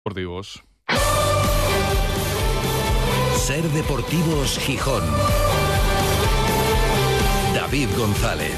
Deportivos. Ser Deportivos Gijón. David González.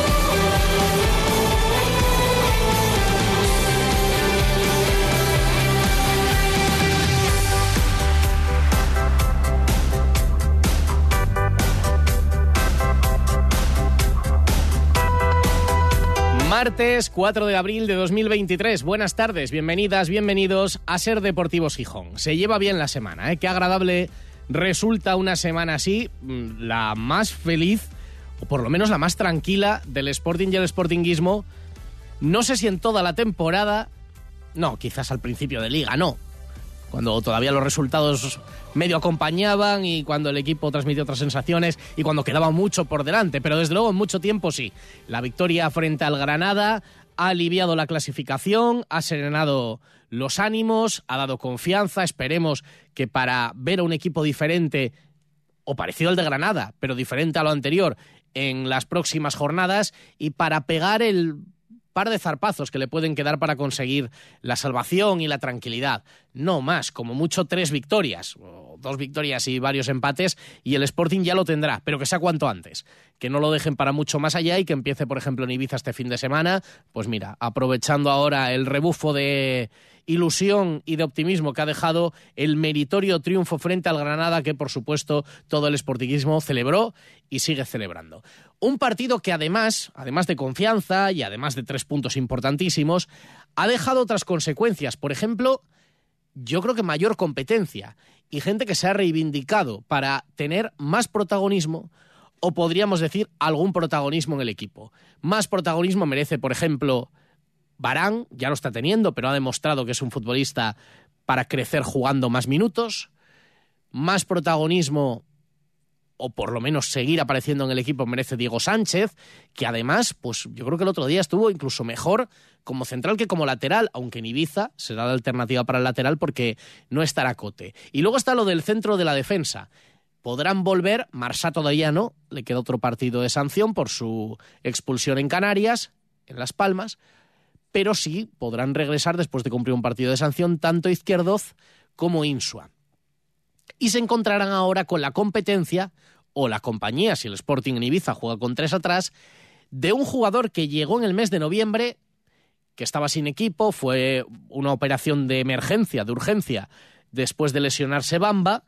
Martes 4 de abril de 2023. Buenas tardes, bienvenidas, bienvenidos a Ser Deportivos Gijón. Se lleva bien la semana, ¿eh? Qué agradable resulta una semana así, la más feliz, o por lo menos la más tranquila del Sporting y el sportinguismo. No sé si en toda la temporada, no, quizás al principio de Liga, no. Cuando todavía los resultados medio acompañaban y cuando el equipo transmitió otras sensaciones y cuando quedaba mucho por delante, pero desde luego en mucho tiempo sí. La victoria frente al Granada ha aliviado la clasificación, ha serenado los ánimos, ha dado confianza. Esperemos que para ver a un equipo diferente o parecido al de Granada, pero diferente a lo anterior en las próximas jornadas, y para pegar el par de zarpazos que le pueden quedar para conseguir la salvación y la tranquilidad. No más, como mucho 3 victorias, o 2 victorias y varios empates, y el Sporting ya lo tendrá, pero que sea cuanto antes. Que no lo dejen para mucho más allá y que empiece, por ejemplo, en Ibiza este fin de semana. Pues mira, aprovechando ahora el rebufo de ilusión y de optimismo que ha dejado el meritorio triunfo frente al Granada, que por supuesto todo el sportinguismo celebró y sigue celebrando. Un partido que además de confianza y además de 3 puntos importantísimos, ha dejado otras consecuencias. Por ejemplo, yo creo que mayor competencia y gente que se ha reivindicado para tener más protagonismo, o podríamos decir algún protagonismo en el equipo. Más protagonismo merece, por ejemplo, Varane, ya lo está teniendo, pero ha demostrado que es un futbolista para crecer jugando más minutos. Más protagonismo, o por lo menos seguir apareciendo en el equipo, merece Diego Sánchez, que además, pues yo creo que el otro día estuvo incluso mejor como central que como lateral, aunque en Ibiza será la alternativa para el lateral porque no estará Cote. Y luego está lo del centro de la defensa. Podrán volver, Marsá todavía no, le queda otro partido de sanción por su expulsión en Canarias, en Las Palmas, pero sí podrán regresar después de cumplir un partido de sanción tanto Izquierdoz como Insua. Y se encontrarán ahora con la competencia, o la compañía, si el Sporting en Ibiza juega con 3 atrás, de un jugador que llegó en el mes de noviembre, que estaba sin equipo, fue una operación de emergencia, de urgencia, después de lesionarse Bamba.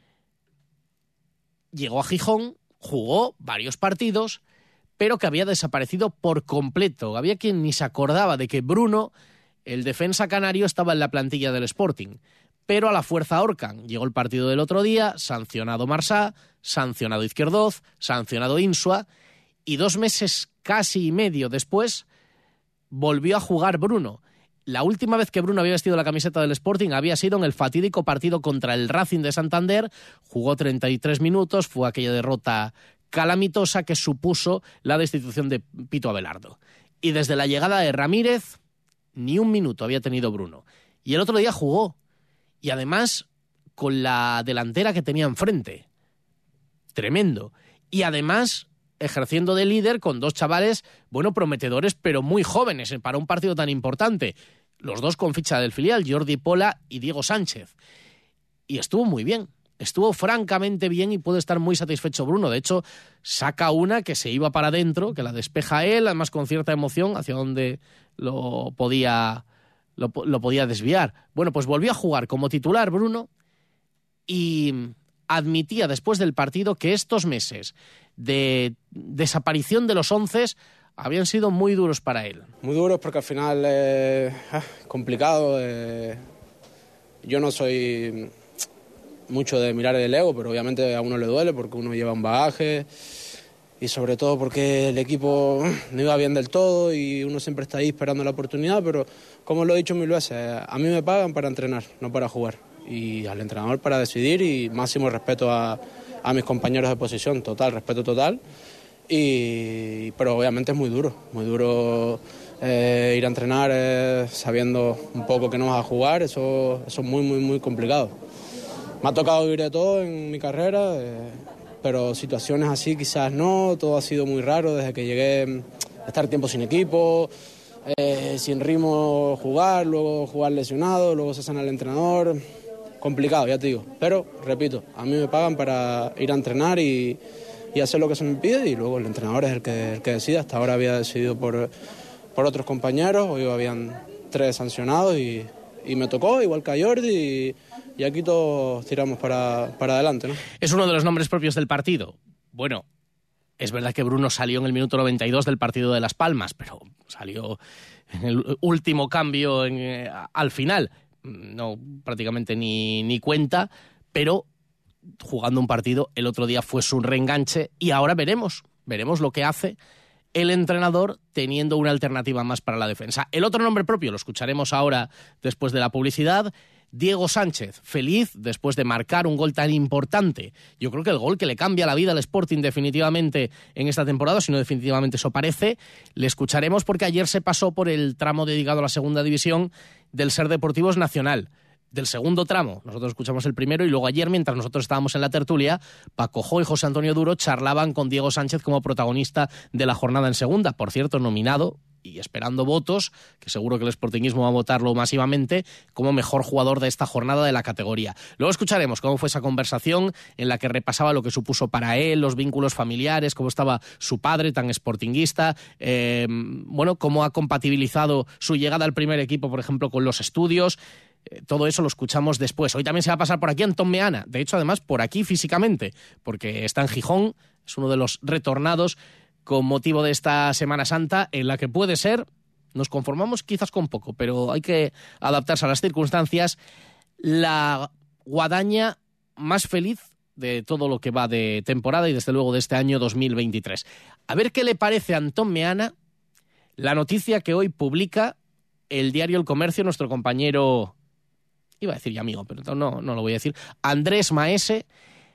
Llegó a Gijón, jugó varios partidos, pero que había desaparecido por completo. Había quien ni se acordaba de que Bruno, el defensa canario, estaba en la plantilla del Sporting. Pero a la fuerza ahorcan. Llegó el partido del otro día, sancionado Marsá, sancionado Izquierdoz, sancionado Insua, y 2 meses casi y medio después volvió a jugar Bruno. La última vez que Bruno había vestido la camiseta del Sporting había sido en el fatídico partido contra el Racing de Santander. Jugó 33 minutos, fue aquella derrota calamitosa que supuso la destitución de Pito Abelardo. Y desde la llegada de Ramírez, ni un minuto había tenido Bruno. Y el otro día jugó. Y además, con la delantera que tenía enfrente. Tremendo. Y además, ejerciendo de líder con 2 chavales, bueno, prometedores, pero muy jóvenes para un partido tan importante. Los 2 con ficha del filial, Jordi Pola y Diego Sánchez. Y estuvo muy bien. Estuvo francamente bien y puede estar muy satisfecho Bruno. De hecho, saca una que se iba para adentro, que la despeja él, además con cierta emoción, hacia donde lo podía desviar. Bueno, pues volvió a jugar como titular Bruno y admitía después del partido que estos meses de desaparición de los 11 habían sido muy duros para él. Muy duros porque al final complicado. Yo no soy mucho de mirar el ego, pero obviamente a uno le duele porque uno lleva un bagaje y sobre todo porque el equipo no iba bien del todo y uno siempre está ahí esperando la oportunidad, pero como lo he dicho 1000 veces, a mí me pagan para entrenar, no para jugar, y al entrenador para decidir, y máximo respeto a mis compañeros de posición, total, respeto total, pero obviamente es muy duro ir a entrenar sabiendo un poco que no vas a jugar, eso es muy, muy, muy complicado. Me ha tocado vivir de todo en mi carrera, pero situaciones así quizás no, todo ha sido muy raro desde que llegué, estar tiempo sin equipo, sin ritmo jugar, luego jugar lesionado, luego se sana el entrenador. Complicado, ya te digo. Pero, repito, a mí me pagan para ir a entrenar y hacer lo que se me pide, y luego el entrenador es el que decide. Hasta ahora había decidido por otros compañeros, hoy habían 3 sancionados y me tocó, igual que a Jordi, y aquí todos tiramos para adelante, ¿no? Es uno de los nombres propios del partido. Bueno, es verdad que Bruno salió en el minuto 92 del partido de Las Palmas, pero salió en el último cambio al final. No, prácticamente ni cuenta, pero jugando un partido el otro día fue su reenganche, y ahora veremos lo que hace el entrenador teniendo una alternativa más para la defensa. El otro nombre propio lo escucharemos ahora después de la publicidad. Diego Sánchez, feliz después de marcar un gol tan importante. Yo creo que el gol que le cambia la vida al Sporting definitivamente en esta temporada, si no definitivamente eso parece. Le escucharemos porque ayer se pasó por el tramo dedicado a la segunda división del Ser Deportivos Nacional. Del segundo tramo, nosotros escuchamos el primero, y luego ayer, mientras nosotros estábamos en la tertulia, Paco Jo y José Antonio Duro charlaban con Diego Sánchez como protagonista de la jornada en segunda. Por cierto, nominado y esperando votos, que seguro que el sportinguismo va a votarlo masivamente, como mejor jugador de esta jornada de la categoría. Luego escucharemos cómo fue esa conversación en la que repasaba lo que supuso para él, los vínculos familiares, cómo estaba su padre tan sportinguista, cómo ha compatibilizado su llegada al primer equipo, por ejemplo, con los estudios. Todo eso lo escuchamos después. Hoy también se va a pasar por aquí Antón Meana, de hecho además por aquí físicamente, porque está en Gijón, es uno de los retornados con motivo de esta Semana Santa, en la que puede ser, nos conformamos quizás con poco, pero hay que adaptarse a las circunstancias, la guadaña más feliz de todo lo que va de temporada y desde luego de este año 2023. A ver qué le parece a Antón Meana la noticia que hoy publica el diario El Comercio, nuestro compañero, iba a decir ya amigo, pero no lo voy a decir, Andrés Maese,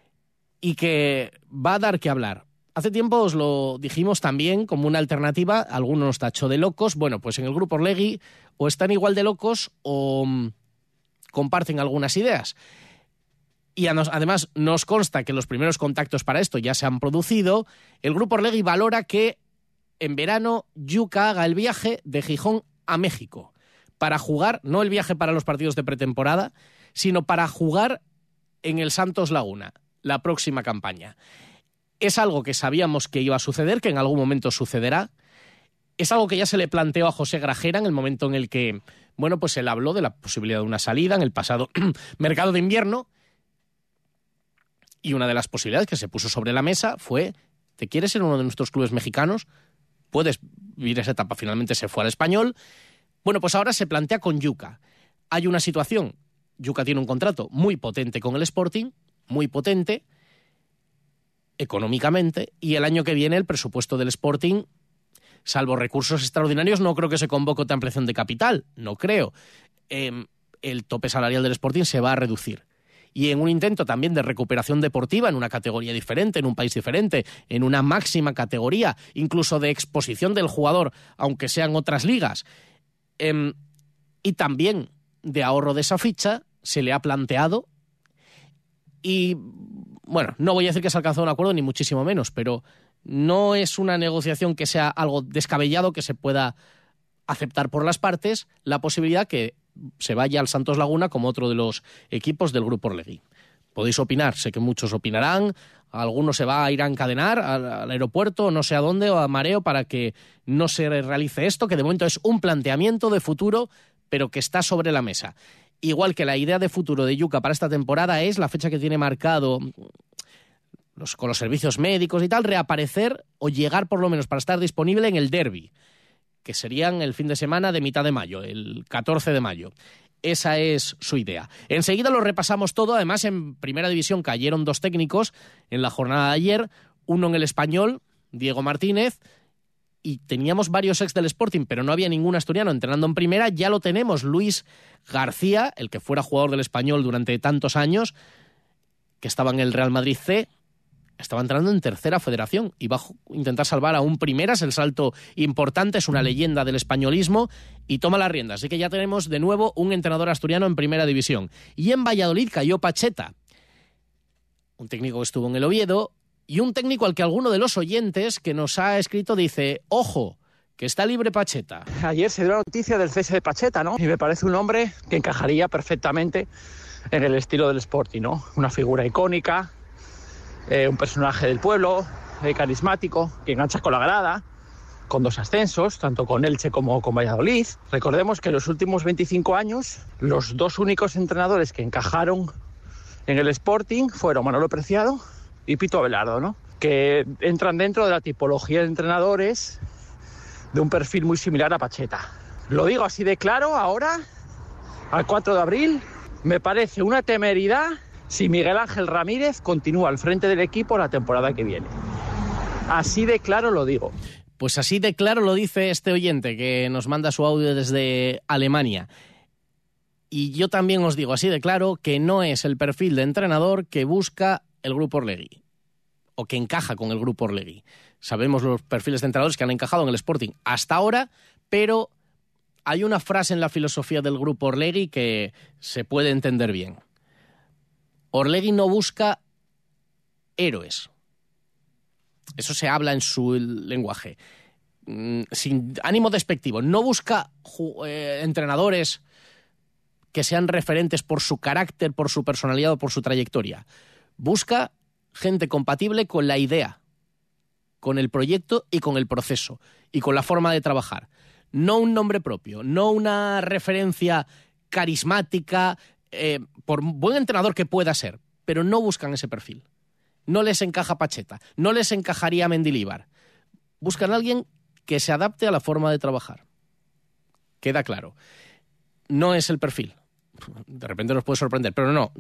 y que va a dar que hablar. Hace tiempo os lo dijimos también como una alternativa, algunos nos tachó de locos. Bueno, pues en el Grupo Orlegui o están igual de locos o comparten algunas ideas. Y además nos consta que los primeros contactos para esto ya se han producido. El Grupo Orlegui valora que en verano Yuka haga el viaje de Gijón a México para jugar, no el viaje para los partidos de pretemporada, sino para jugar en el Santos Laguna la próxima campaña. Es algo que sabíamos que iba a suceder, que en algún momento sucederá. Es algo que ya se le planteó a José Grajera en el momento en el que, pues él habló de la posibilidad de una salida en el pasado mercado de invierno, y una de las posibilidades que se puso sobre la mesa fue: ¿te quieres ser uno de nuestros clubes mexicanos? Puedes vivir esa etapa. Finalmente se fue al Español. Bueno, pues ahora se plantea con Yuka. Hay una situación. Yuka tiene un contrato muy potente con el Sporting, muy potente económicamente, y el año que viene el presupuesto del Sporting, salvo recursos extraordinarios, no creo que se convoque otra ampliación de capital, no creo. El tope salarial del Sporting se va a reducir. Y en un intento también de recuperación deportiva en una categoría diferente, en un país diferente, en una máxima categoría, incluso de exposición del jugador, aunque sean otras ligas, y también de ahorro de esa ficha, se le ha planteado. Y no voy a decir que se ha alcanzado un acuerdo, ni muchísimo menos, pero no es una negociación que sea algo descabellado, que se pueda aceptar por las partes la posibilidad que se vaya al Santos Laguna como otro de los equipos del Grupo Orlegui. Podéis opinar, sé que muchos opinarán, algunos se va a ir a encadenar al aeropuerto, no sé a dónde, o a Mareo, para que no se realice esto, que de momento es un planteamiento de futuro, pero que está sobre la mesa. Igual que la idea de futuro de Yuka para esta temporada es la fecha que tiene marcado con los servicios médicos y tal, reaparecer o llegar por lo menos para estar disponible en el derbi, que serían el fin de semana de mitad de mayo, el 14 de mayo. Esa es su idea. Enseguida lo repasamos todo. Además, en Primera División cayeron 2 técnicos en la jornada de ayer, uno en el Español, Diego Martínez, y teníamos varios ex del Sporting, pero no había ningún asturiano entrenando en Primera. Ya lo tenemos, Luis García, el que fuera jugador del Español durante tantos años, que estaba en el Real Madrid C, estaba entrando en Tercera Federación y va a intentar salvar a un Primeras. El salto importante, es una leyenda del españolismo y toma las riendas. Así que ya tenemos de nuevo un entrenador asturiano en Primera División. Y en Valladolid cayó Pacheta, un técnico que estuvo en el Oviedo, y un técnico al que alguno de los oyentes que nos ha escrito dice: ojo, que está libre Pacheta. Ayer se dio la noticia del cese de Pacheta, ¿no? Y me parece un hombre que encajaría perfectamente en el estilo del Sporting, ¿no? Una figura icónica, un personaje del pueblo, carismático, que engancha con la grada, con 2 ascensos, tanto con Elche como con Valladolid. Recordemos que en los últimos 25 años, los 2 únicos entrenadores que encajaron en el Sporting fueron Manolo Preciado y Pito Abelardo, ¿no? Que entran dentro de la tipología de entrenadores de un perfil muy similar a Pacheta. Lo digo así de claro ahora, al 4 de abril, me parece una temeridad si Miguel Ángel Ramírez continúa al frente del equipo la temporada que viene. Así de claro lo digo. Pues así de claro lo dice este oyente que nos manda su audio desde Alemania. Y yo también os digo así de claro que no es el perfil de entrenador que busca el Grupo Orlegui o que encaja con el Grupo Orlegui. Sabemos los perfiles de entrenadores que han encajado en el Sporting hasta ahora, pero hay una frase en la filosofía del Grupo Orlegui que se puede entender bien. Orlegui no busca héroes. Eso se habla en su lenguaje. Sin ánimo despectivo. No busca entrenadores que sean referentes por su carácter, por su personalidad o por su trayectoria. Busca gente compatible con la idea, con el proyecto y con el proceso y con la forma de trabajar. No un nombre propio, no una referencia carismática, por buen entrenador que pueda ser, pero no buscan ese perfil. No les encaja Pacheta, no les encajaría Mendilibar. Buscan a alguien que se adapte a la forma de trabajar. Queda claro. No es el perfil. De repente nos puede sorprender, pero no.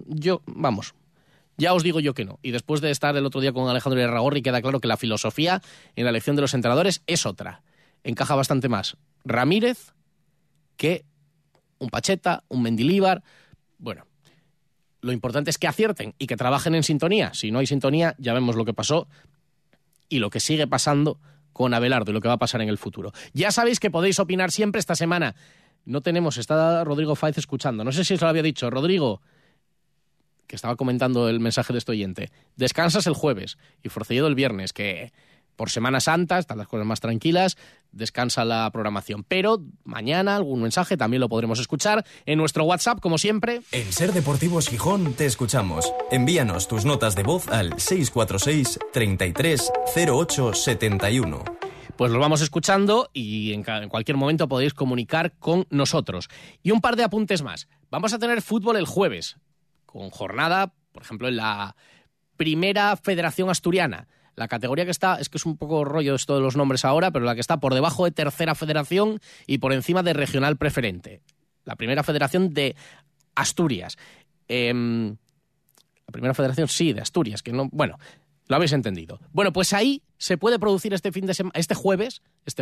Ya os digo yo que no. Y después de estar el otro día con Alejandro Irarragorri, queda claro que la filosofía en la elección de los entrenadores es otra. Encaja bastante más Ramírez que un Pacheta, un Mendilibar. Bueno, lo importante es que acierten y que trabajen en sintonía. Si no hay sintonía, ya vemos lo que pasó y lo que sigue pasando con Abelardo y lo que va a pasar en el futuro. Ya sabéis que podéis opinar siempre. Esta semana no tenemos, está Rodrigo Fáez escuchando. No sé si os lo había dicho. Rodrigo, que estaba comentando el mensaje de este oyente, descansas el jueves y Forcelledo el viernes, que por Semana Santa están las cosas más tranquilas, descansa la programación. Pero mañana algún mensaje también lo podremos escuchar en nuestro WhatsApp, como siempre. En Ser Deportivos Gijón te escuchamos. Envíanos tus notas de voz al 646 33 08 71. Pues los vamos escuchando y en cualquier momento podéis comunicar con nosotros. Y un par de apuntes más. Vamos a tener fútbol el jueves, con jornada, por ejemplo, en la Primera Federación Asturiana. La categoría que está, es que es un poco rollo esto de los nombres ahora, pero la que está por debajo de Tercera Federación y por encima de Regional Preferente. La Primera Federación de Asturias. La Primera Federación, sí, de Asturias, que no... Bueno, lo habéis entendido. Bueno, pues ahí se puede producir este jueves,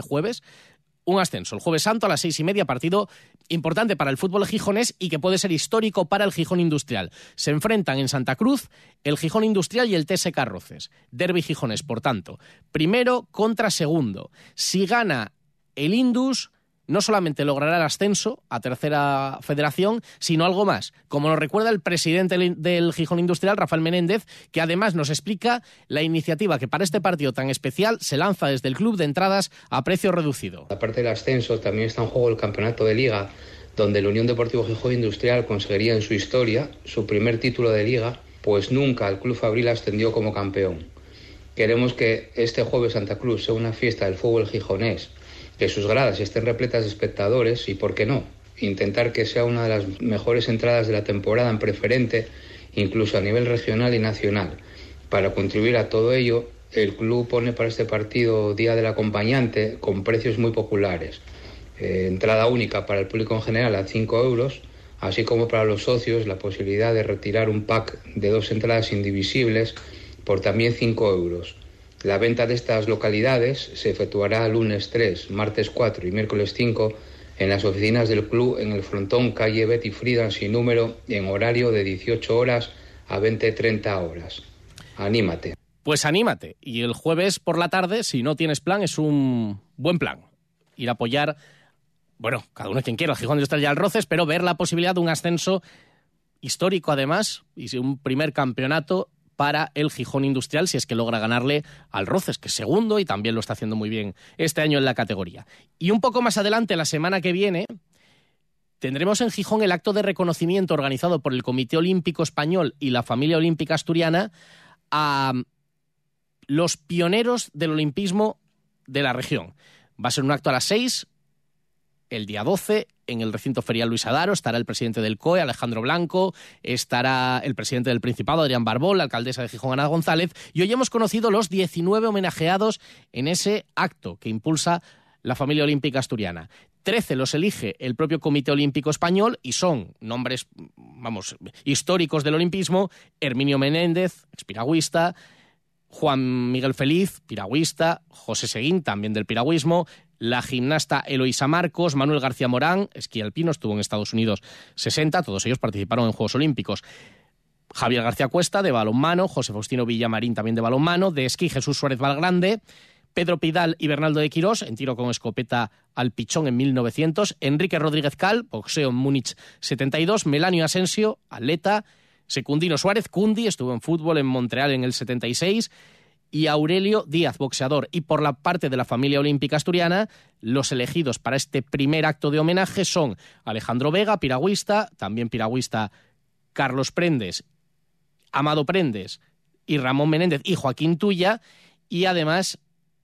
un ascenso. El Jueves Santo a las 6:30, partido importante para el fútbol gijonés y que puede ser histórico para el Gijón Industrial. Se enfrentan en Santa Cruz el Gijón Industrial y el TSK Roces. Derbi gijonés, por tanto. Primero contra segundo. Si gana el Indus, no solamente logrará el ascenso a Tercera Federación, sino algo más. Como nos recuerda el presidente del Gijón Industrial, Rafael Menéndez, que además nos explica la iniciativa que para este partido tan especial se lanza desde el club de entradas a precio reducido. Aparte del ascenso, también está en juego el campeonato de Liga, donde el Unión Deportivo Gijón Industrial conseguiría en su historia su primer título de Liga, pues nunca el Club Fabril ascendió como campeón. Queremos que este jueves Santa Cruz sea una fiesta del fútbol gijonés, que sus gradas estén repletas de espectadores y, ¿por qué no?, intentar que sea una de las mejores entradas de la temporada en preferente, incluso a nivel regional y nacional. Para contribuir a todo ello, el club pone para este partido Día del Acompañante con precios muy populares. Entrada única para el público en general a 5 euros, así como para los socios la posibilidad de retirar un pack de 2 entradas indivisibles por también 5 euros. La venta de estas localidades se efectuará lunes 3, martes 4 y miércoles 5 en las oficinas del club en el frontón calle Betty Friedan sin número en horario de 18 horas a 20-30 horas. Anímate. Pues anímate. Y el jueves por la tarde, si no tienes plan, es un buen plan. Ir a apoyar, bueno, cada uno quien quiera, al Gijón Industrial y al Roces, pero ver la posibilidad de un ascenso histórico además y un primer campeonato para el Gijón Industrial si es que logra ganarle al Roces, que es segundo y también lo está haciendo muy bien este año en la categoría. Y un poco más adelante, la semana que viene, tendremos en Gijón el acto de reconocimiento organizado por el Comité Olímpico Español y la Familia Olímpica Asturiana a los pioneros del olimpismo de la región. Va a ser un acto a las 6, el día 12, en el recinto ferial Luis Adaro. Estará el presidente del COE, Alejandro Blanco, estará el presidente del Principado, Adrián Barbol, la alcaldesa de Gijón, Ana González, y hoy hemos conocido los 19 homenajeados en ese acto que impulsa la Familia Olímpica Asturiana. 13 los elige el propio Comité Olímpico Español y son nombres, históricos del olimpismo: Herminio Menéndez, expiragüista; Juan Miguel Feliz, piragüista; José Seguín, también del piragüismo; la gimnasta Eloísa Marcos; Manuel García Morán, esquí alpino, estuvo en Estados Unidos 60, todos ellos participaron en Juegos Olímpicos; Javier García Cuesta, de balonmano; José Faustino Villamarín, también de balonmano; de esquí Jesús Suárez Valgrande; Pedro Pidal y Bernaldo de Quirós, en tiro con escopeta al pichón en 1900; Enrique Rodríguez Cal, boxeo en Múnich 72; Melanio Asensio, atleta; Secundino Suárez, Cundi, estuvo en fútbol en Montreal en el 76, y Aurelio Díaz, boxeador. Y por la parte de la Familia Olímpica Asturiana, los elegidos para este primer acto de homenaje son Alejandro Vega, piragüista; también piragüista Carlos Prendes, Amado Prendes y Ramón Menéndez y Joaquín Tuya, y además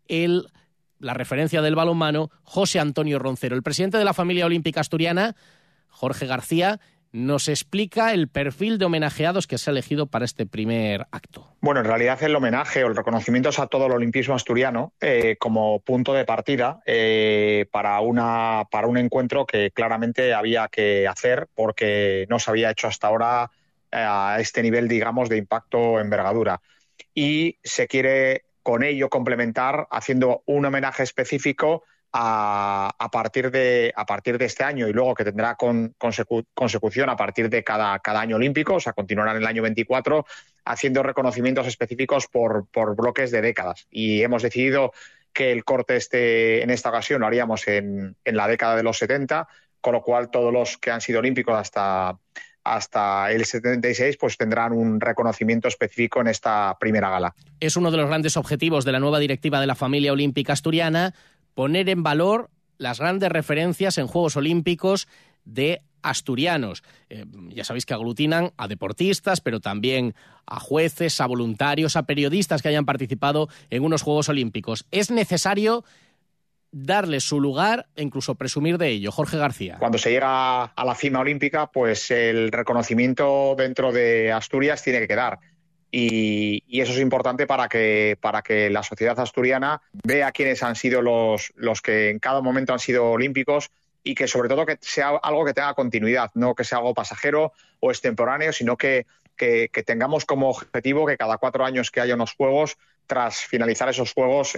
la referencia del balonmano, José Antonio Roncero. El presidente de la Familia Olímpica Asturiana, Jorge García, nos explica el perfil de homenajeados que se ha elegido para este primer acto. Bueno, en realidad el homenaje o el reconocimiento es a todo el olimpismo asturiano como punto de partida para un encuentro que claramente había que hacer porque no se había hecho hasta ahora a este nivel, digamos, de impacto, envergadura. Y se quiere con ello complementar haciendo un homenaje específico a partir de este año, y luego que tendrá consecución a partir de cada año olímpico, o sea, continuará en el año 24 haciendo reconocimientos específicos por bloques de décadas. Y hemos decidido que el corte en esta ocasión lo haríamos en la década de los 70, con lo cual todos los que han sido olímpicos hasta el 76 pues tendrán un reconocimiento específico en esta primera gala. Es uno de los grandes objetivos de la nueva directiva de la Familia Olímpica Asturiana, poner en valor las grandes referencias en Juegos Olímpicos de asturianos. Ya sabéis que aglutinan a deportistas, pero también a jueces, a voluntarios, a periodistas que hayan participado en unos Juegos Olímpicos. Es necesario darle su lugar e incluso presumir de ello. Jorge García. Cuando se llega a la cima olímpica, pues el reconocimiento dentro de Asturias tiene que quedar. Y eso es importante para que la sociedad asturiana vea quiénes han sido los que en cada momento han sido olímpicos, y que sobre todo que sea algo que tenga continuidad, no que sea algo pasajero o extemporáneo, sino que tengamos como objetivo que cada 4 años que haya unos Juegos, tras finalizar esos Juegos,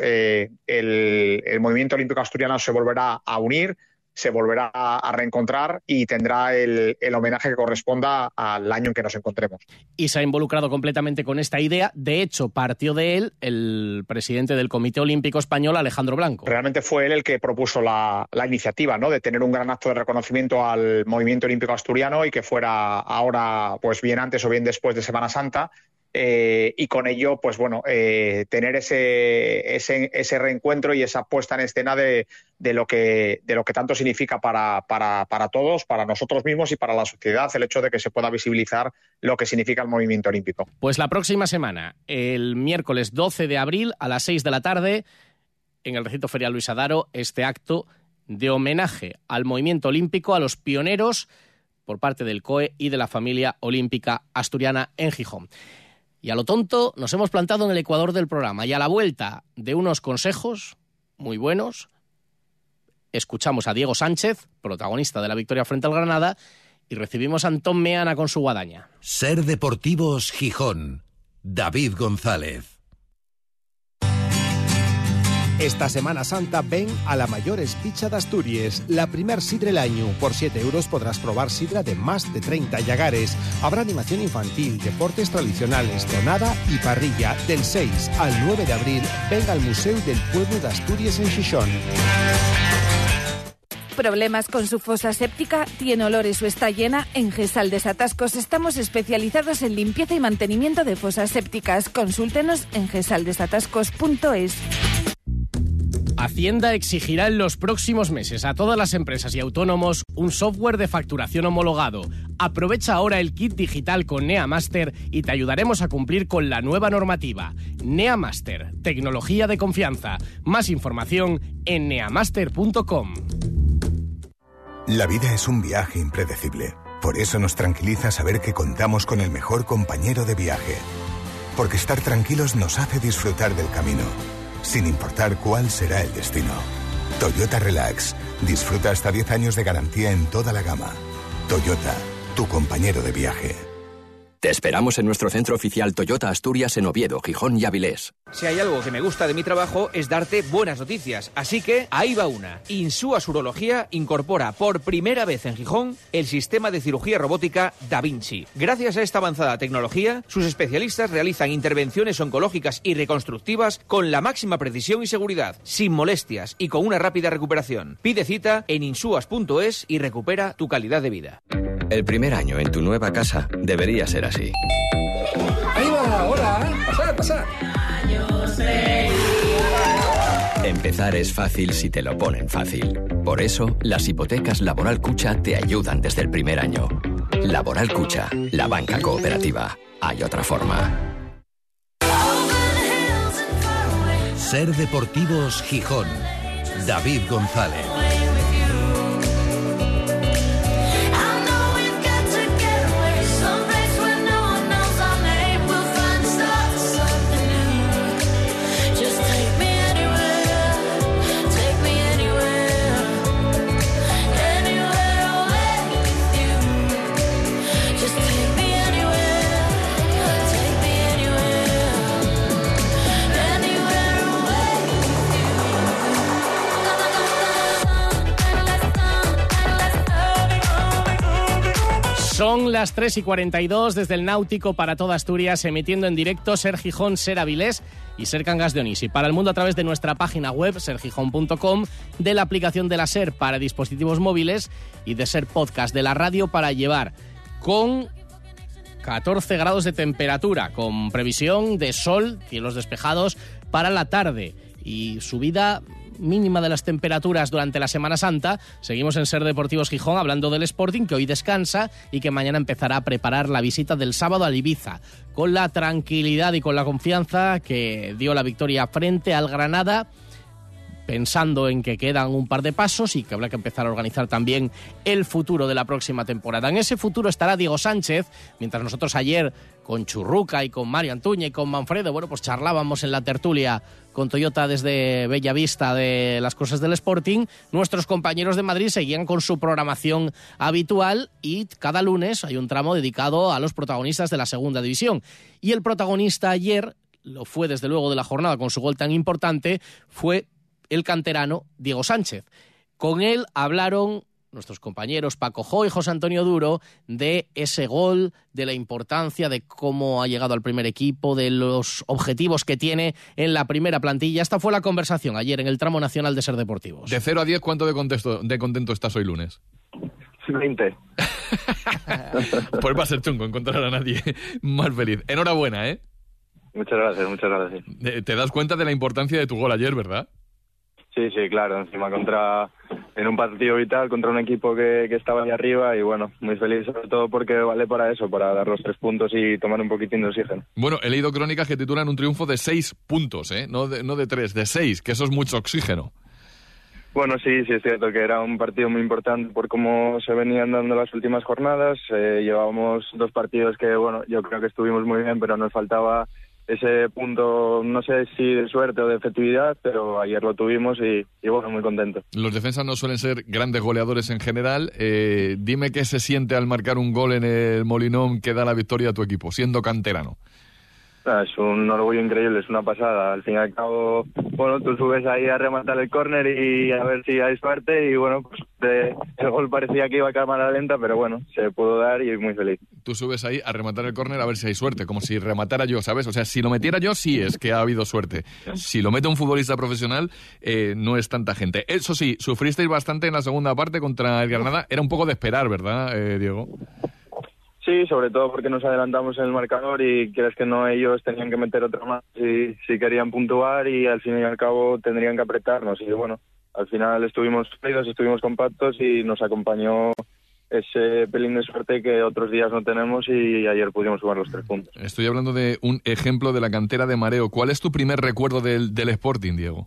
el movimiento olímpico asturiano se volverá a unir, se volverá a reencontrar y tendrá el homenaje que corresponda al año en que nos encontremos. Y se ha involucrado completamente con esta idea. De hecho, partió de él el presidente del Comité Olímpico Español, Alejandro Blanco. Realmente fue él el que propuso la iniciativa, ¿no?, de tener un gran acto de reconocimiento al movimiento olímpico asturiano, y que fuera ahora, pues bien antes o bien después de Semana Santa. Y con ello, pues bueno, tener ese reencuentro y esa puesta en escena de lo que tanto significa para todos, para nosotros mismos y para la sociedad, el hecho de que se pueda visibilizar lo que significa el movimiento olímpico. Pues la próxima semana, el miércoles 12 de abril a las 6 de la tarde, en el recinto ferial Luis Adaro, este acto de homenaje al movimiento olímpico, a los pioneros por parte del COE y de la Familia Olímpica Asturiana en Gijón. Y a lo tonto nos hemos plantado en el ecuador del programa, y a la vuelta de unos consejos muy buenos escuchamos a Diego Sánchez, protagonista de la victoria frente al Granada, y recibimos a Antón Meana con su guadaña. Ser Deportivos Gijón, David González. Esta Semana Santa ven a la mayor espicha de Asturias, la primer sidra del año. Por 7 euros podrás probar sidra de más de 30 llagares. Habrá animación infantil, deportes tradicionales, tonada y parrilla. Del 6 al 9 de abril, ven al Museo del Pueblo de Asturias en Xixón. ¿Problemas con su fosa séptica? ¿Tiene olores o está llena? En Gesal Desatascos estamos especializados en limpieza y mantenimiento de fosas sépticas. Consúltenos en gesaldesatascos.es. Hacienda exigirá en los próximos meses a todas las empresas y autónomos un software de facturación homologado. Aprovecha ahora el kit digital con NeaMaster y te ayudaremos a cumplir con la nueva normativa. NeaMaster, tecnología de confianza. Más información en neamaster.com. La vida es un viaje impredecible. Por eso nos tranquiliza saber que contamos con el mejor compañero de viaje. Porque estar tranquilos nos hace disfrutar del camino, sin importar cuál será el destino. Toyota Relax. Disfruta hasta 10 años de garantía en toda la gama. Toyota, tu compañero de viaje. Te esperamos en nuestro centro oficial Toyota Asturias en Oviedo, Gijón y Avilés. Si hay algo que me gusta de mi trabajo es darte buenas noticias. Así que ahí va una. Insúas Urología incorpora por primera vez en Gijón el sistema de cirugía robótica Da Vinci. Gracias a esta avanzada tecnología, sus especialistas realizan intervenciones oncológicas y reconstructivas con la máxima precisión y seguridad, sin molestias y con una rápida recuperación. Pide cita en insuas.es y recupera tu calidad de vida. El primer año en tu nueva casa debería ser así. Ahí va, hola, pasad. Empezar es fácil si te lo ponen fácil. Por eso, las hipotecas Laboral Cucha te ayudan desde el primer año. Laboral Cucha, la banca cooperativa. Hay otra forma. Ser Deportivos Gijón. David González. Son las 3:42 desde el Náutico para toda Asturias, emitiendo en directo Ser Gijón, Ser Avilés y Ser Cangas de Onís. Y para el mundo a través de nuestra página web, sergijón.com, de la aplicación de la Ser para dispositivos móviles y de Ser Podcast de la radio para llevar, con 14 grados de temperatura, con previsión de sol, cielos despejados para la tarde y subida mínima de las temperaturas durante la Semana Santa. Seguimos en Ser Deportivos Gijón hablando del Sporting, que hoy descansa y que mañana empezará a preparar la visita del sábado al Ibiza, con la tranquilidad y con la confianza que dio la victoria frente al Granada, pensando en que quedan un par de pasos y que habrá que empezar a organizar también el futuro de la próxima temporada. En ese futuro estará Diego Sánchez, mientras nosotros ayer con Churruca y con Mario Antuña y con Manfredo, bueno, pues charlábamos en la tertulia con Toyota desde Bellavista de las cosas del Sporting. Nuestros compañeros de Madrid seguían con su programación habitual y cada lunes hay un tramo dedicado a los protagonistas de la segunda división. Y el protagonista ayer, lo fue desde luego de la jornada con su gol tan importante, fue el canterano Diego Sánchez. Con él hablaron nuestros compañeros Paco Jo y José Antonio Duro de ese gol, de la importancia, de cómo ha llegado al primer equipo, de los objetivos que tiene en la primera plantilla. Esta fue la conversación ayer en el tramo nacional de Ser Deportivos. De 0 a 10, ¿cuánto de contento estás hoy lunes? 20. Pues va a ser chungo encontrar a nadie más feliz. Enhorabuena, ¿eh? Muchas gracias. Te das cuenta de la importancia de tu gol ayer, ¿verdad? Sí, claro, encima en un partido vital contra un equipo que estaba ahí arriba y bueno, muy feliz sobre todo porque vale para eso, para dar los 3 puntos y tomar un poquitín de oxígeno. Bueno, he leído crónicas que titulan un triunfo de 6 puntos, ¿eh? No de 3, de 6, que eso es mucho oxígeno. Bueno, sí, es cierto que era un partido muy importante por cómo se venían dando las últimas jornadas. Llevábamos 2 partidos que, bueno, yo creo que estuvimos muy bien, pero nos faltaba ese punto, no sé si de suerte o de efectividad, pero ayer lo tuvimos y bueno, muy contento. Los defensas no suelen ser grandes goleadores en general. Dime qué se siente al marcar un gol en el Molinón que da la victoria a tu equipo, siendo canterano. Es un orgullo increíble, es una pasada. Al fin y al cabo, bueno, tú subes ahí a rematar el córner y a ver si hay suerte y bueno, pues el gol parecía que iba a cámara lenta, pero bueno, se pudo dar y muy feliz. Tú subes ahí a rematar el córner a ver si hay suerte, como si rematara yo, ¿sabes? O sea, si lo metiera yo, sí es que ha habido suerte. Si lo mete un futbolista profesional, no es tanta gente. Eso sí, sufristeis bastante en la segunda parte contra el Granada. Era un poco de esperar, ¿verdad, Diego? Sí, sobre todo porque nos adelantamos en el marcador y quieres que no, ellos tenían que meter otra más si querían puntuar y al fin y al cabo tendrían que apretarnos. Y bueno, al final estuvimos sólidos, estuvimos compactos y nos acompañó ese pelín de suerte que otros días no tenemos y ayer pudimos sumar los 3 puntos. Estoy hablando de un ejemplo de la cantera de Mareo. ¿Cuál es tu primer recuerdo del Sporting, Diego?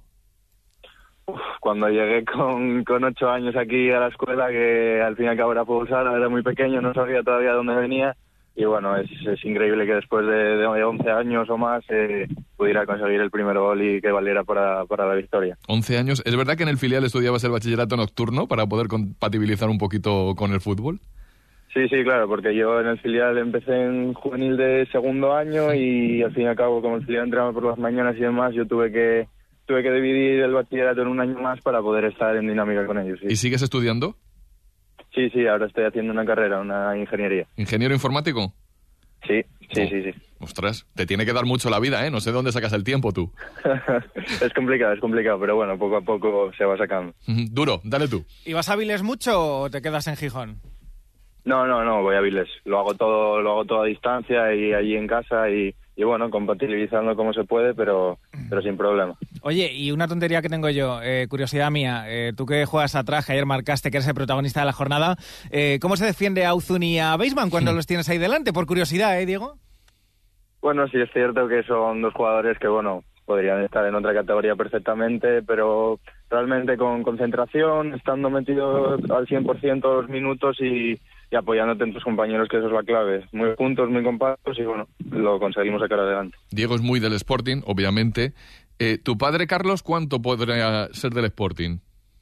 Cuando llegué con 8 años aquí a la escuela, que al fin y al cabo era fútbol sala, era muy pequeño, no sabía todavía dónde venía y bueno, es increíble que después de 11 años o más pudiera conseguir el primer gol y que valiera para la victoria. 11 años. ¿Es verdad que en el filial estudiabas el bachillerato nocturno para poder compatibilizar un poquito con el fútbol? Sí, claro, porque yo en el filial empecé en juvenil de segundo año y al fin y al cabo, como el filial entraba por las mañanas y demás, yo tuve que dividir el bachillerato en un año más para poder estar en dinámica con ellos. Sí. ¿Y sigues estudiando? Sí, ahora estoy haciendo una carrera, una ingeniería. ¿Ingeniero informático? Sí. Ostras, te tiene que dar mucho la vida, ¿eh? No sé de dónde sacas el tiempo tú. Es complicado, pero bueno, poco a poco se va sacando. Duro, dale tú. ¿Y vas a Viles mucho o te quedas en Gijón? No, voy a Viles. Lo hago todo a distancia y allí en casa y bueno, compatibilizando como se puede, pero sin problema. Oye, y una tontería que tengo yo, curiosidad mía, tú que juegas atrás, que ayer marcaste, que eres el protagonista de la jornada, ¿cómo se defiende a Uzun y a Beisman cuando los tienes ahí delante? Por curiosidad, Diego. Bueno, sí es cierto que son 2 jugadores que, bueno, podrían estar en otra categoría perfectamente, pero realmente con concentración, estando metido al 100% los minutos y apoyándote en tus compañeros, que eso es la clave. Muy juntos, muy compactos y bueno, lo conseguimos sacar adelante. Diego es muy del Sporting, obviamente. ¿Tu padre, Carlos, cuánto podría ser del Sporting?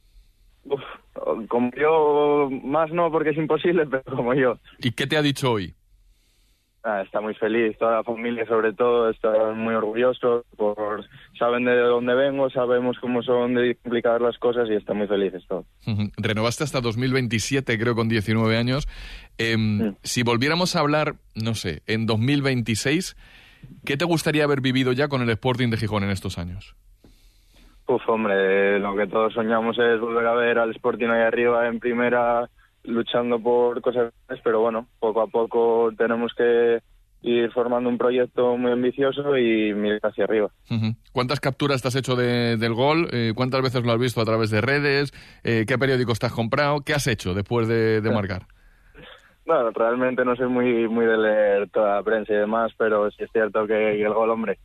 Como yo, más no porque es imposible, pero como yo. ¿Y qué te ha dicho hoy? Está muy feliz, toda la familia sobre todo, está muy orgulloso, saben de dónde vengo, sabemos cómo son de complicadas las cosas y está muy felices todos. Renovaste hasta 2027, creo, con 19 años. Si volviéramos a hablar, no sé, en 2026, ¿qué te gustaría haber vivido ya con el Sporting de Gijón en estos años? Hombre, lo que todos soñamos es volver a ver al Sporting ahí arriba en primera, luchando por cosas, pero bueno, poco a poco tenemos que ir formando un proyecto muy ambicioso y mirar hacia arriba. ¿Cuántas capturas te has hecho del gol? ¿Cuántas veces lo has visto a través de redes? ¿Qué periódicos te has comprado? ¿Qué has hecho después de marcar? Bueno, realmente no soy muy de leer toda la prensa y demás, pero sí es cierto que el gol, hombre,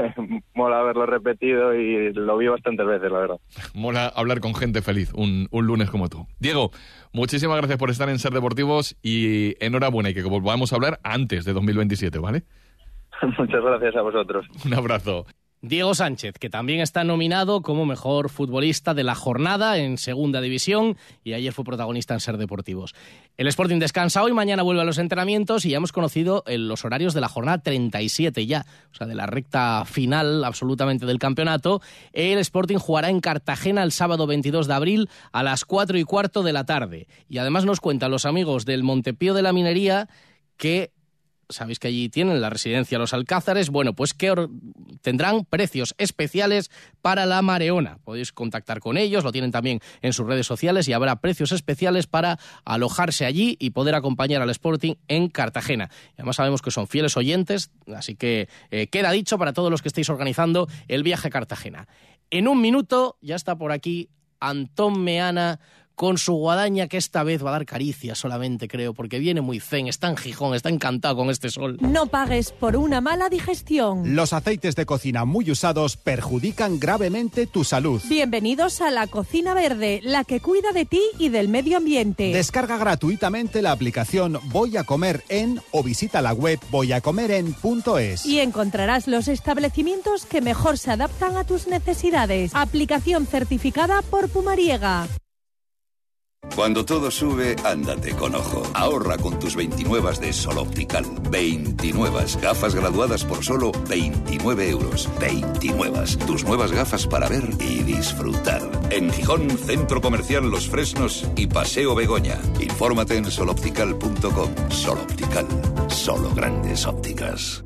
mola haberlo repetido y lo vi bastantes veces, la verdad. Mola hablar con gente feliz un lunes como tú. Diego, muchísimas gracias por estar en Ser Deportivos y enhorabuena y que volvamos a hablar antes de 2027, ¿vale? Muchas gracias a vosotros. Un abrazo. Diego Sánchez, que también está nominado como mejor futbolista de la jornada en Segunda División y ayer fue protagonista en Ser Deportivos. El Sporting descansa hoy, mañana vuelve a los entrenamientos y ya hemos conocido los horarios de la jornada 37 ya, o sea, de la recta final absolutamente del campeonato. El Sporting jugará en Cartagena el sábado 22 de abril a las 4:15 de la tarde. Y además nos cuentan los amigos del Montepío de la Minería que... Sabéis que allí tienen la residencia Los Alcázares. Bueno, pues que tendrán precios especiales para la Mareona. Podéis contactar con ellos, lo tienen también en sus redes sociales y habrá precios especiales para alojarse allí y poder acompañar al Sporting en Cartagena. Y además sabemos que son fieles oyentes, así que queda dicho para todos los que estéis organizando el viaje a Cartagena. En un minuto ya está por aquí Antón Meana con su guadaña, que esta vez va a dar caricias solamente, creo, porque viene muy zen, está en Gijón, está encantado con este sol. No pagues por una mala digestión. Los aceites de cocina muy usados perjudican gravemente tu salud. Bienvenidos a la Cocina Verde, la que cuida de ti y del medio ambiente. Descarga gratuitamente la aplicación Voy a Comer En o visita la web voyacomeren.es. Y encontrarás los establecimientos que mejor se adaptan a tus necesidades. Aplicación certificada por Pumariega. Cuando todo sube, ándate con ojo. Ahorra con tus 29 de Sol Optical. 29 gafas graduadas por solo 29 euros. 29. Tus nuevas gafas para ver y disfrutar. En Gijón, Centro Comercial Los Fresnos y Paseo Begoña. Infórmate en soloptical.com. Sol Optical. Solo grandes ópticas.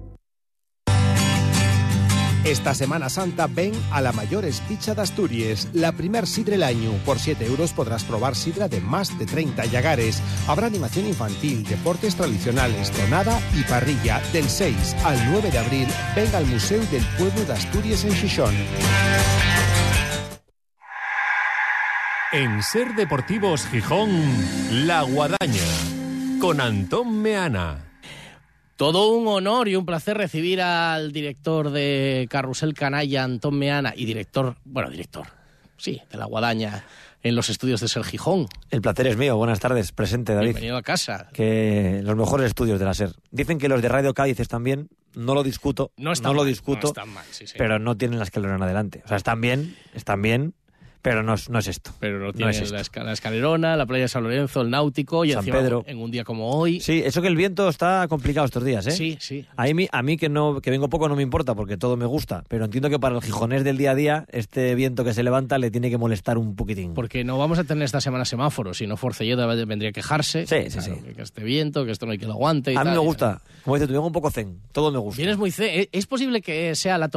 Esta Semana Santa ven a la mayor espicha de Asturias, la primer sidra del año. Por 7 euros podrás probar sidra de más de 30 llagares. Habrá animación infantil, deportes tradicionales, tonada y parrilla. Del 6 al 9 de abril, ven al Museo del Pueblo de Asturias en Gijón. En Ser Deportivos Gijón, La Guadaña, con Antón Meana. Todo un honor y un placer recibir al director de Carrusel Canalla, Antón Meana, y director, sí, de La Guadaña, en los estudios de Ser Gijón. El placer es mío. Buenas tardes, presente, David. Bienvenido a casa. Que los mejores estudios de la Ser. Dicen que los de Radio Cádiz están bien, no lo discuto, no están mal, sí. Pero no tienen la escalerona adelante. O sea, están bien, pero no es esto. Pero no tiene la escalerona, la playa de San Lorenzo, el náutico y San encima Pedro. En un día como hoy. Sí, eso que el viento está complicado estos días, ¿eh? Sí. A mí que vengo poco no me importa porque todo me gusta, pero entiendo que para el gijonés del día a día este viento que se levanta le tiene que molestar un poquitín. Porque no vamos a tener esta semana semáforos, si no Forcelleda vendría a quejarse. Sí. Que este viento, que esto no hay que lo aguante. A mí me gusta, como dices tú, vengo un poco zen, todo me gusta. Vienes muy zen. ¿Es posible que sea la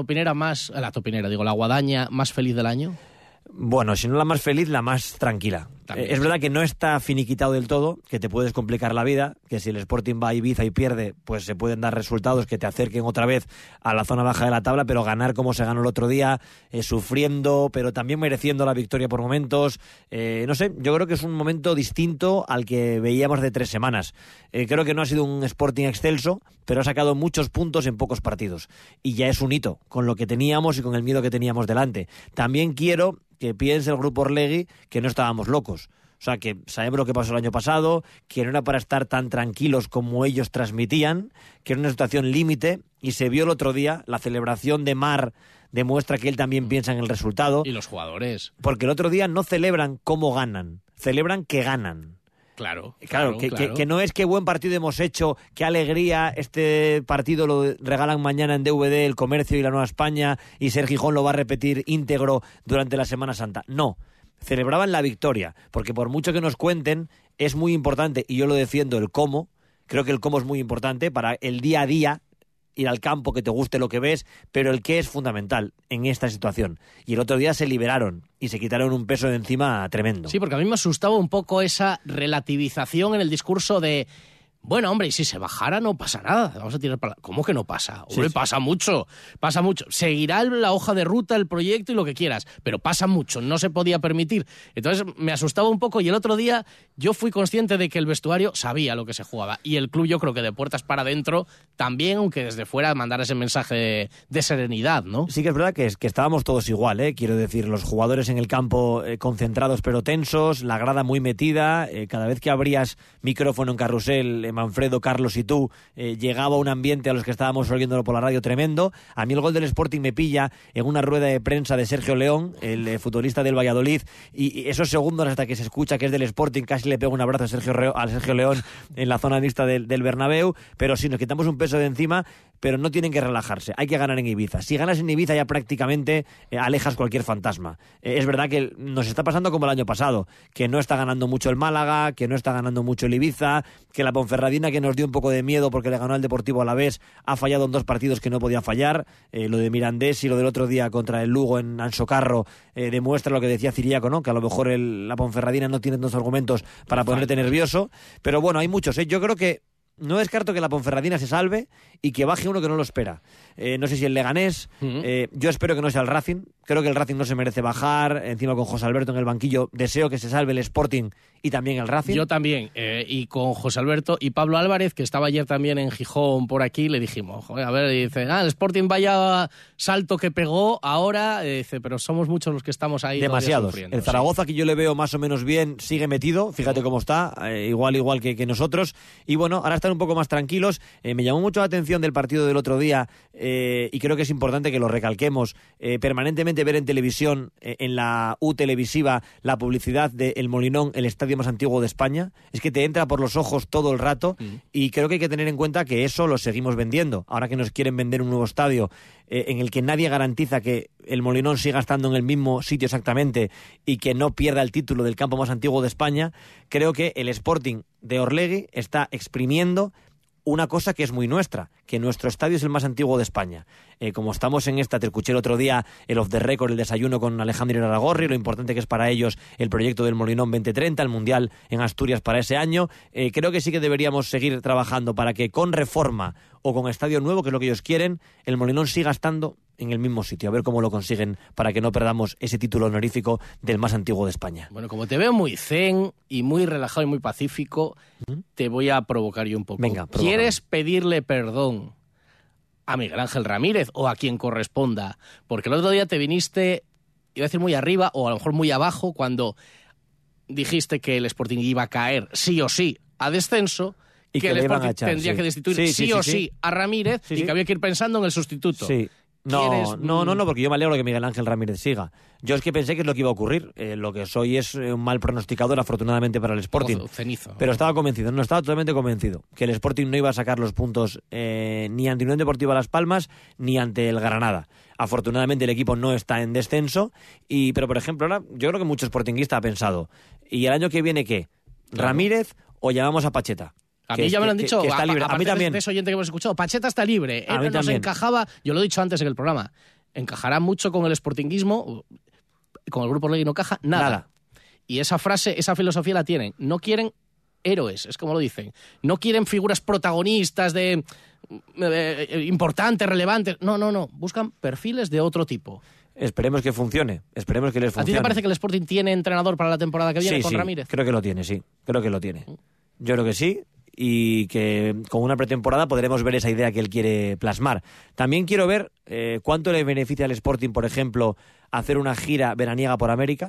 Guadaña más feliz del año? Bueno, si no la más feliz, la más tranquila. Es verdad que no está finiquitado del todo, que te puedes complicar la vida, que si el Sporting va a Ibiza y pierde, pues se pueden dar resultados que te acerquen otra vez a la zona baja de la tabla, pero ganar como se ganó el otro día, sufriendo, pero también mereciendo la victoria por momentos. No sé, yo creo que es un momento distinto al que veíamos de 3 semanas. Creo que no ha sido un Sporting excelso, pero ha sacado muchos puntos en pocos partidos. Y ya es un hito, con lo que teníamos y con el miedo que teníamos delante. También quiero que piense el Grupo Orlegui que no estábamos locos. O sea, que sabemos lo que pasó el año pasado, que no era para estar tan tranquilos como ellos transmitían, que era una situación límite, y se vio el otro día, la celebración de Mar demuestra que él también piensa en el resultado. Y los jugadores. Porque el otro día no celebran cómo ganan, celebran que ganan. Claro. Que no es qué buen partido hemos hecho, qué alegría, este partido lo regalan mañana en DVD El Comercio y La Nueva España y Ser Gijón lo va a repetir íntegro durante la Semana Santa. No, celebraban la victoria, porque por mucho que nos cuenten, es muy importante, y yo lo defiendo, el cómo. Creo que el cómo es muy importante para el día a día, ir al campo, que te guste lo que ves, pero el qué es fundamental en esta situación. Y el otro día se liberaron y se quitaron un peso de encima tremendo. Sí, porque a mí me asustaba un poco esa relativización en el discurso de... Bueno, hombre, y si se bajara no pasa nada. Vamos a tirar para... ¿Cómo que no pasa? Hombre, sí. Pasa mucho. Seguirá la hoja de ruta, el proyecto y lo que quieras, pero pasa mucho, no se podía permitir. Entonces me asustaba un poco y el otro día yo fui consciente de que el vestuario sabía lo que se jugaba y el club, yo creo que de puertas para adentro también, aunque desde fuera mandara ese mensaje de serenidad, ¿no? Sí que es verdad que estábamos todos igual, ¿eh? Quiero decir, los jugadores en el campo concentrados pero tensos, la grada muy metida, cada vez que abrías micrófono en Carrusel, Manfredo, Carlos y tú, llegaba un ambiente a los que estábamos oyéndolo por la radio tremendo. A mí el gol del Sporting me pilla en una rueda de prensa de Sergio León, el futbolista del Valladolid, y esos segundos hasta que se escucha que es del Sporting, casi le pego un abrazo a Sergio León en la zona mixta del Bernabéu, pero sí, nos quitamos un peso de encima, pero no tienen que relajarse, hay que ganar en Ibiza. Si ganas en Ibiza ya prácticamente alejas cualquier fantasma. Es verdad que nos está pasando como el año pasado, que no está ganando mucho el Málaga, que no está ganando mucho el Ibiza, que la Ponferradina, que nos dio un poco de miedo porque le ganó al Deportivo Alavés, ha fallado en 2 partidos que no podía fallar. Lo de Mirandés y lo del otro día contra el Lugo en Ansocarro demuestra lo que decía Ciriaco, ¿no? Que a lo mejor la Ponferradina no tiene 2 argumentos para ponerte nervioso. Pero bueno, hay muchos, ¿eh? Yo creo que no descarto que la Ponferradina se salve y que baje uno que no lo espera. No sé si el Leganés, yo espero que no sea el Racing. Creo que el Racing no se merece bajar, encima con José Alberto en el banquillo. Deseo que se salve el Sporting y también el Racing. Yo también, y con José Alberto y Pablo Álvarez, que estaba ayer también en Gijón por aquí, le dijimos, joder, a ver, dice, el Sporting vaya salto que pegó ahora, dice, pero somos muchos los que estamos ahí. Demasiados. El Zaragoza, que yo le veo más o menos bien, sigue metido, fíjate cómo está, igual que nosotros. Y bueno, ahora está estar un poco más tranquilos. Me llamó mucho la atención del partido del otro día y creo que es importante que lo recalquemos. Permanentemente ver en televisión, en la U televisiva, la publicidad de El Molinón, el estadio más antiguo de España. Es que te entra por los ojos todo el rato y creo que hay que tener en cuenta que eso lo seguimos vendiendo. Ahora que nos quieren vender un nuevo estadio en el que nadie garantiza que el Molinón siga estando en el mismo sitio exactamente y que no pierda el título del campo más antiguo de España, creo que el Sporting de Orlegui está exprimiendo una cosa que es muy nuestra, que nuestro estadio es el más antiguo de España. Como estamos en esta, te escuché el otro día el off the record, el desayuno con Alejandro Iraragorri, lo importante que es para ellos el proyecto del Molinón 2030, el Mundial en Asturias para ese año. Creo que sí que deberíamos seguir trabajando para que con reforma o con estadio nuevo, que es lo que ellos quieren, el Molinón siga estando en el mismo sitio. A ver cómo lo consiguen para que no perdamos ese título honorífico del más antiguo de España. Bueno, como te veo muy zen y muy relajado y muy pacífico, te voy a provocar yo un poco. Venga, ¿Quieres pedirle perdón a Miguel Ángel Ramírez o a quien corresponda? Porque el otro día te viniste, iba a decir muy arriba o a lo mejor muy abajo, cuando dijiste que el Sporting iba a caer sí o sí a descenso, y que el Sporting tendría que destituir sí o sí a Ramírez y que había que ir pensando en el sustituto. Sí. No, porque yo me alegro de que Miguel Ángel Ramírez siga. Yo es que pensé que es lo que iba a ocurrir. Lo que soy es un mal pronosticador, afortunadamente, para el Sporting. Cenizo. Pero estaba convencido, estaba totalmente convencido que el Sporting no iba a sacar los puntos ni ante Unión Deportiva Las Palmas ni ante el Granada. Afortunadamente el equipo no está en descenso, pero por ejemplo ahora yo creo que mucho sportinguista ha pensado, ¿y el año que viene qué? Claro. ¿Ramírez o llamamos a Pacheta? A mí ya me lo han dicho, que está libre. A mí también. De ese oyente que hemos escuchado, Pacheta está libre. A mí nos encajaba, yo lo he dicho antes en el programa, encajará mucho con el sportinguismo, con el Grupo Orlegui no encaja nada. Y esa frase, esa filosofía la tienen. No quieren héroes, es como lo dicen. No quieren figuras protagonistas importantes, relevantes. No. Buscan perfiles de otro tipo. Esperemos que funcione, esperemos que les funcione. ¿A ti te parece que el Sporting tiene entrenador para la temporada que viene con Ramírez? Creo que lo tiene, sí. Creo que lo tiene. Yo creo que sí. Y que con una pretemporada podremos ver esa idea que él quiere plasmar. También quiero ver cuánto le beneficia al Sporting, por ejemplo, hacer una gira veraniega por América.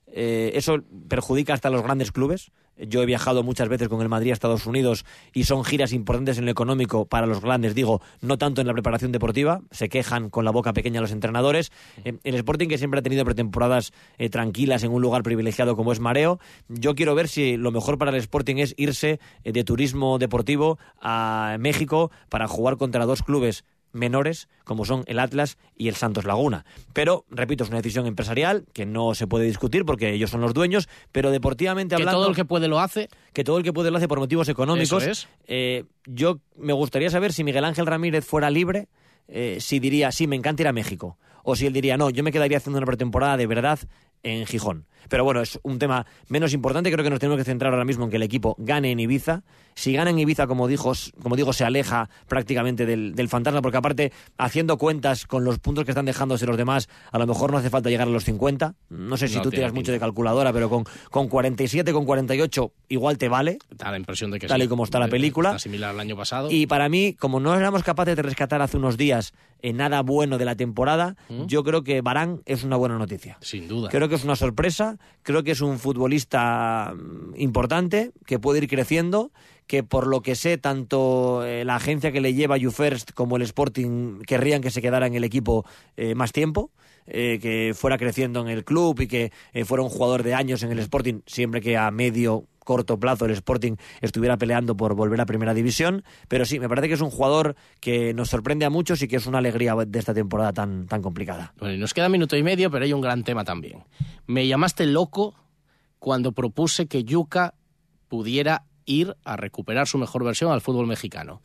Eso perjudica hasta a los grandes clubes. Yo he viajado muchas veces con el Madrid a Estados Unidos y son giras importantes en lo económico para los grandes, digo, no tanto en la preparación deportiva. Se quejan con la boca pequeña los entrenadores. El Sporting, que siempre ha tenido pretemporadas tranquilas en un lugar privilegiado como es Mareo, yo quiero ver si lo mejor para el Sporting es irse de turismo deportivo a México para jugar contra dos clubes menores como son el Atlas y el Santos Laguna. Pero, repito, es una decisión empresarial que no se puede discutir porque ellos son los dueños, pero deportivamente hablando... Que todo el que puede lo hace. Que todo el que puede lo hace por motivos económicos. Eso es. Yo me gustaría saber si Miguel Ángel Ramírez fuera libre, si diría, sí, me encanta ir a México. O si él diría, no, yo me quedaría haciendo una pretemporada de verdad en Gijón. Pero bueno, es un tema menos importante. Creo que nos tenemos que centrar ahora mismo en que el equipo gane en Ibiza. Si gana en Ibiza, como digo, se aleja prácticamente del fantasma, porque aparte, haciendo cuentas con los puntos que están dejándose los demás, a lo mejor no hace falta llegar a los 50. No sé si tú tiras mucho de calculadora, pero con 47, con 48, igual te vale. Da la impresión de que tal y como está la película. Está similar al año pasado. Y para mí, como no éramos capaces de rescatar hace unos días nada bueno de la temporada, yo creo que Varane es una buena noticia. Sin duda. Creo que es una sorpresa, creo que es un futbolista importante, que puede ir creciendo, que por lo que sé, tanto la agencia que le lleva YouFirst como el Sporting querrían que se quedara en el equipo más tiempo, que fuera creciendo en el club y que fuera un jugador de años en el Sporting, siempre que a corto plazo el Sporting estuviera peleando por volver a Primera División. Pero sí, me parece que es un jugador que nos sorprende a muchos y que es una alegría de esta temporada tan complicada. Bueno, y nos queda minuto y medio, pero hay un gran tema también. Me llamaste loco cuando propuse que Yuka pudiera ir a recuperar su mejor versión al fútbol mexicano.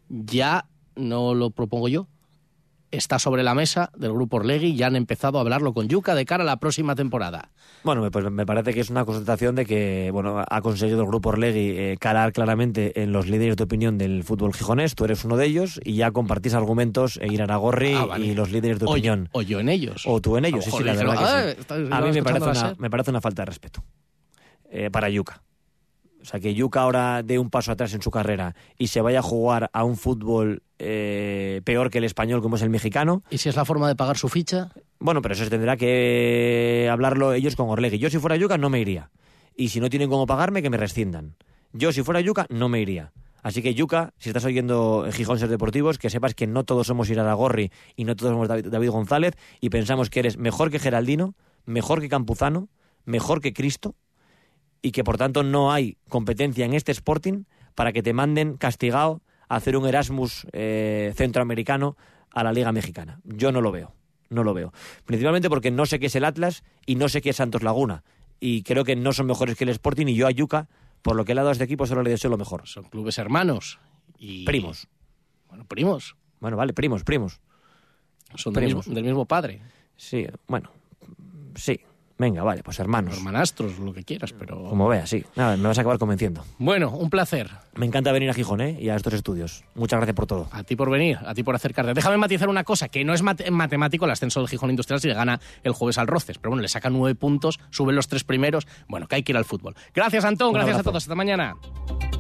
Ya no lo propongo yo. Está sobre la mesa del Grupo Orlegui y ya han empezado a hablarlo con Yuka de cara a la próxima temporada. Bueno, pues me parece que es una constatación de que ha conseguido el Grupo Orlegui calar claramente en los líderes de opinión del fútbol gijonés. Tú eres uno de ellos y ya compartís argumentos Iraragorri y los líderes de opinión. O yo en ellos. O tú en ellos, sí, la verdad que sí. A mí me parece una falta de respeto para Yuka. O sea, que Yuka ahora dé un paso atrás en su carrera y se vaya a jugar a un fútbol peor que el español, como es el mexicano. ¿Y si es la forma de pagar su ficha? Bueno, pero eso tendrá que hablarlo ellos con Orlegui. Yo, si fuera Yuka, no me iría. Y si no tienen cómo pagarme, que me rescindan. Yo, si fuera Yuka, no me iría. Así que, Yuka, si estás oyendo Gijón Ser Deportivos, que sepas que no todos somos Iraragorri y no todos somos David González, y pensamos que eres mejor que Geraldino, mejor que Campuzano, mejor que Cristo, y que por tanto no hay competencia en este Sporting para que te manden castigado a hacer un Erasmus centroamericano a la Liga Mexicana. Yo no lo veo. Principalmente porque no sé qué es el Atlas y no sé qué es Santos Laguna. Y creo que no son mejores que el Sporting, y yo a Yuka, por lo que le ha dado a este equipo, solo le deseo lo mejor. Son clubes hermanos. Y... primos. Bueno, primos. Bueno, vale, primos. Son primos. Del mismo padre. Sí, bueno, sí. Venga, vale, pues hermanos. Hermanastros, lo que quieras, pero... Como veas, sí. Nada, me vas a acabar convenciendo. Bueno, un placer. Me encanta venir a Gijón, y a estos estudios. Muchas gracias por todo. A ti por venir, a ti por acercarte. Déjame matizar una cosa, que no es matemático el ascenso del Gijón Industrial si le gana el jueves al Roces. Pero bueno, le sacan 9 puntos, suben los 3 primeros. Bueno, que hay que ir al fútbol. Gracias, Antón. Gracias a todos. Hasta mañana.